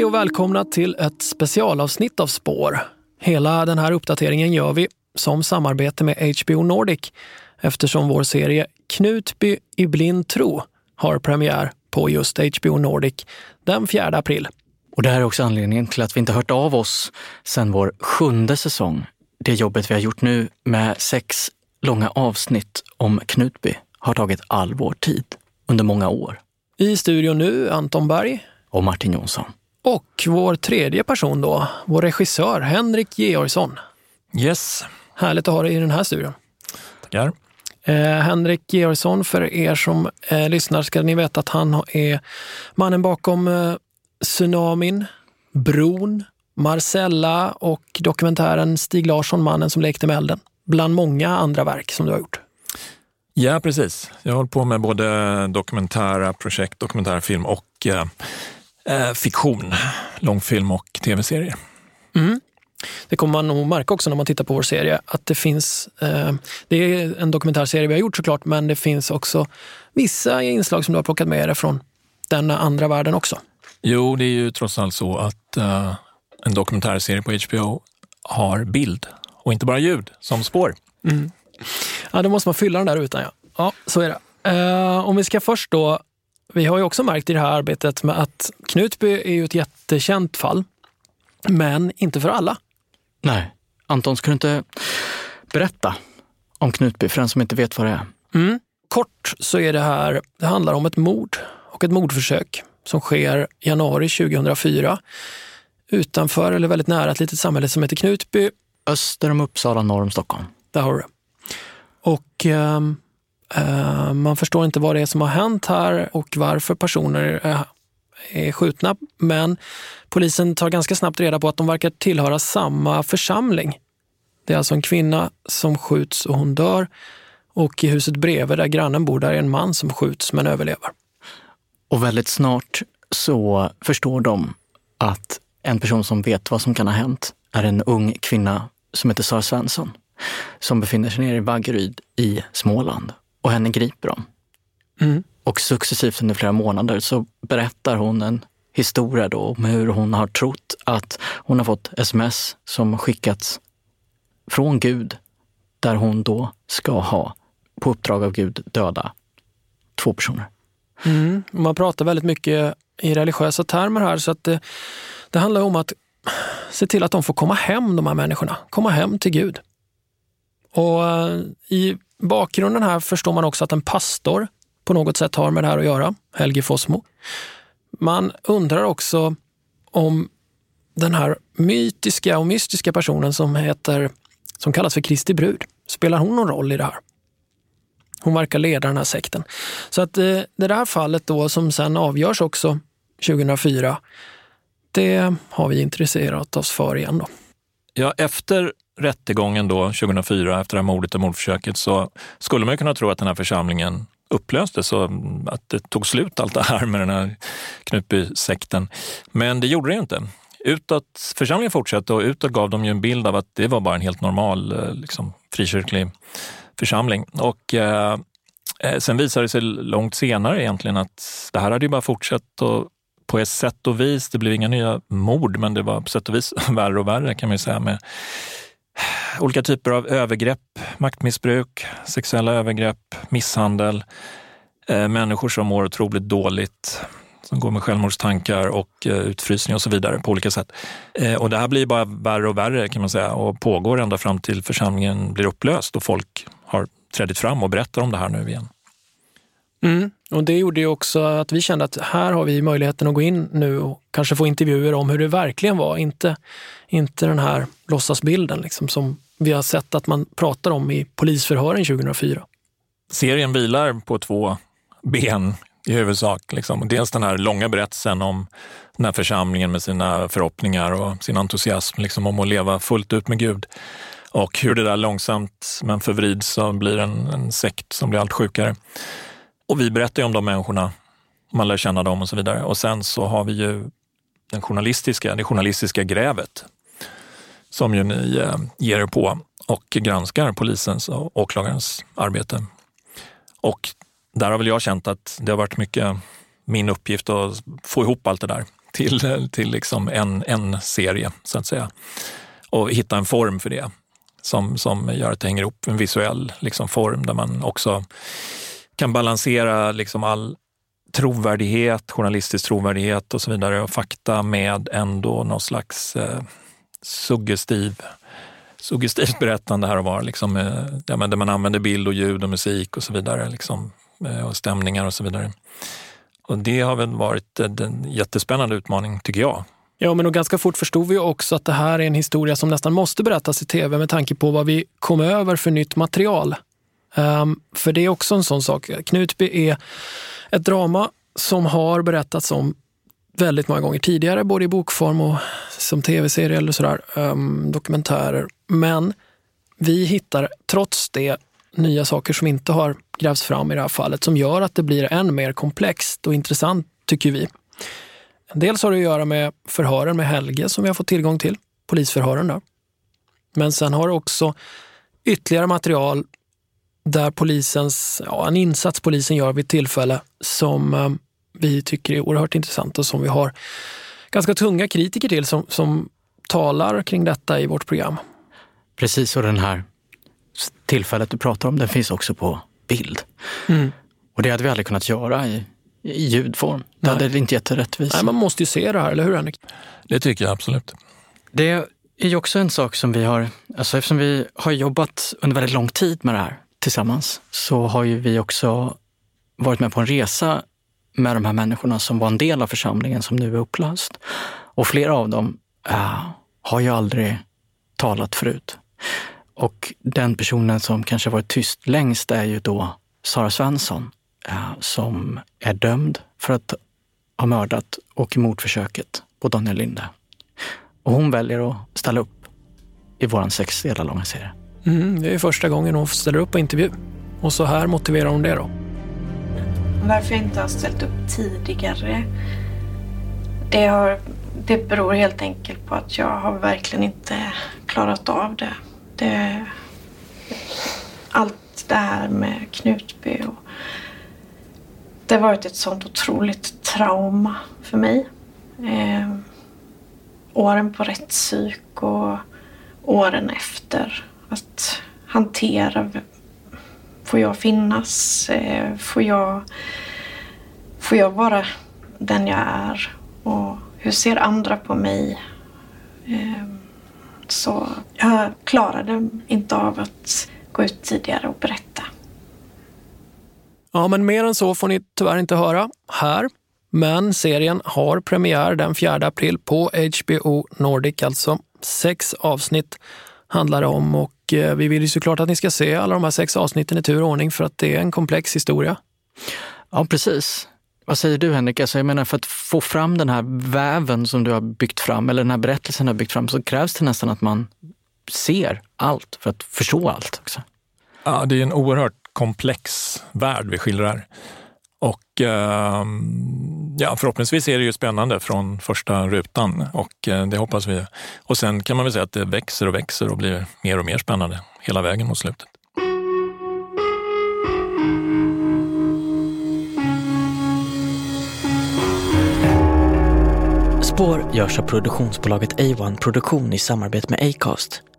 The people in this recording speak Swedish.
och välkomna till ett specialavsnitt av Spår. Hela den här uppdateringen gör vi som samarbete med HBO Nordic eftersom vår serie Knutby i blind tro har premiär på just HBO Nordic den 4 april. Och det här är också anledningen till att vi inte hört av oss sedan vår 7:e säsong. Det jobbet vi har gjort nu med 6 långa avsnitt om Knutby har tagit all vår tid under många år. I studion nu Anton Berg och Martin Jonsson. Och vår tredje person då, vår regissör Henrik Georgsson. Yes. Härligt att ha dig i den här studion. Tackar. Henrik Georgsson, för er som lyssnar ska ni veta att han är mannen bakom Tsunamin, Bron, Marcella och dokumentären Stig Larsson, mannen som lekte med elden. Bland många andra verk som du har gjort. Ja, precis. Jag håller på med både dokumentära projekt, dokumentärfilm och fiktion, långfilm och tv-serier. Mm. Det kommer man nog märka också när man tittar på vår serie att det finns, det är en dokumentärserie vi har gjort såklart, men det finns också vissa inslag som du har plockat med dig från den andra världen också. Jo, det är ju trots allt så att en dokumentärserie på HBO har bild och inte bara ljud som spår. Mm. Ja, då måste man fylla den där utan, ja. Ja, så är det. Om vi ska först då, vi har ju också märkt i det här arbetet med att Knutby är ju ett jättekänt fall, men inte för alla. Nej, Anton, ska du inte berätta om Knutby för den som inte vet vad det är? Mm. Kort så är det handlar om ett mord och ett mordförsök som sker januari 2004 utanför eller väldigt nära ett litet samhälle som heter Knutby. Öster om Uppsala, norr om Stockholm. Där har du. Och man förstår inte vad det är som har hänt här och varför personer är skjutna, men polisen tar ganska snabbt reda på att de verkar tillhöra samma församling. Det är alltså en kvinna som skjuts och hon dör, och i huset bredvid där grannen bor där är en man som skjuts men överlever. Och väldigt snart så förstår de att en person som vet vad som kan ha hänt är en ung kvinna som heter Sara Svensson, som befinner sig nere i Vaggeryd i Småland, och henne griper de. Mm. Och successivt under flera månader så berättar hon en historia då om hur hon har trott att hon har fått sms som skickats från Gud, där hon då ska ha på uppdrag av Gud döda 2 personer. Mm. Man pratar väldigt mycket i religiösa termer här, så att det handlar om att se till att de får komma hem, de här människorna. Komma hem till Gud. Och i bakgrunden här förstår man också att en pastor på något sätt har med det här att göra, Helge Fossmo. Man undrar också om den här mytiska och mystiska personen som kallas för Kristi brud. Spelar hon någon roll i det här? Hon verkar leda den här sekten. Så att det där fallet då som sen avgörs också 2004, det har vi intresserat oss för igen då. Ja, efter rättegången då 2004, efter det här mordet och mordförsöket, så skulle man ju kunna tro att den här församlingen upplöstes, så att det tog slut allt det här med den här Knutby-sekten. Men det gjorde det ju inte. Församlingen fortsatte, och utåt gav de ju en bild av att det var bara en helt normal frikyrklig församling. Och sen visade det sig långt senare egentligen att det här hade ju bara fortsatt, och på ett sätt och vis, det blev inga nya mord, men det var på sätt och vis värre och värre kan man ju säga, med olika typer av övergrepp, maktmissbruk, sexuella övergrepp, misshandel, människor som mår otroligt dåligt, som går med självmordstankar och utfrysning och så vidare på olika sätt. Och det här blir bara värre och värre kan man säga, och pågår ända fram till församlingen blir upplöst och folk har trädit fram och berättar om det här nu igen. Mm. Och det gjorde ju också att vi kände att här har vi möjligheten att gå in nu och kanske få intervjuer om hur det verkligen var. Inte den här låtsasbilden liksom, som vi har sett att man pratar om i polisförhören 2004. Serien vilar på 2 ben i huvudsak. Liksom. Dels den här långa berättelsen om den här församlingen med sina förhoppningar och sin entusiasm liksom, om att leva fullt ut med Gud. Och hur det där långsamt men förvrids och blir en sekt som blir allt sjukare. Och vi berättar ju om de människorna, man lär känna dem och så vidare. Och sen så har vi ju det journalistiska grävet som ju ni ger er på och granskar polisens och åklagarens arbete. Och där har väl jag känt att det har varit mycket min uppgift att få ihop allt det där. till liksom en serie så att säga. Och hitta en form för det som gör att det hänger ihop, en visuell liksom form där man också kan balansera liksom all trovärdighet, journalistisk trovärdighet och så vidare och fakta med ändå någon slags suggestivt berättande här och var liksom, där man använder bild och ljud och musik och så vidare liksom, och stämningar och så vidare. Och det har väl varit en jättespännande utmaning tycker jag. Ja, men och ganska fort förstod vi också att det här är en historia som nästan måste berättas i tv med tanke på vad vi kom över för nytt material. För det är också en sån sak. Knutby är ett drama som har berättats om väldigt många gånger tidigare, både i bokform och som tv-serie eller sådär, dokumentärer. Men vi hittar trots det nya saker som inte har grävts fram i det här fallet som gör att det blir än mer komplext och intressant tycker vi. Dels har det att göra med förhören med Helge som vi har fått tillgång till, polisförhören där. Men sen har det också ytterligare material där en insats polisen gör vid tillfälle som vi tycker är oerhört intressant och som vi har ganska tunga kritiker till som talar kring detta i vårt program. Precis, och den här tillfället du pratar om, den finns också på bild. Och det hade vi aldrig kunnat göra i ljudform. Det hade inte gett rättvisa. Nej, man måste ju se det här, eller hur Henrik? Det tycker jag absolut. Det är ju också en sak som vi har, alltså eftersom vi har jobbat under väldigt lång tid med det här tillsammans, så har ju vi också varit med på en resa med de här människorna som var en del av församlingen som nu är upplöst. Och flera av dem har ju aldrig talat förut. Och den personen som kanske varit tyst längst är ju då Sara Svensson, som är dömd för att ha mördat och i mordförsöket på Daniel Linde. Och hon väljer att ställa upp i våran 6 delar långa serie. Det är första gången hon ställer upp på intervju. Och så här motiverar hon det då. Varför jag inte har ställt upp tidigare, det beror helt enkelt på att jag har verkligen inte klarat av det. Allt det här med Knutby och det har varit ett sånt otroligt trauma för mig. Åren på rättspsyk och åren efter. Att hantera, får jag finnas? Får jag vara den jag är? Och hur ser andra på mig? Så jag klarade inte av att gå ut tidigare och berätta. Ja, men mer än så får ni tyvärr inte höra här. Men serien har premiär den 4 april på HBO Nordic, alltså 6 avsnitt handlar det om och vi vill ju såklart att ni ska se alla de här 6 avsnitten i tur och ordning för att det är en komplex historia. Ja, precis. Vad säger du Henrik? Alltså, jag menar, för att få fram den här väven som du har byggt fram, eller den här berättelsen du har byggt fram, så krävs det nästan att man ser allt för att förstå allt också. Ja, det är en oerhört komplex värld vi skildrar. Och förhoppningsvis är det ju spännande från första rutan och det hoppas vi. Och sen kan man väl säga att det växer och växer och blir mer och mer spännande hela vägen mot slutet. Spår görs av produktionsbolaget A1 Produktion i samarbete med Acast.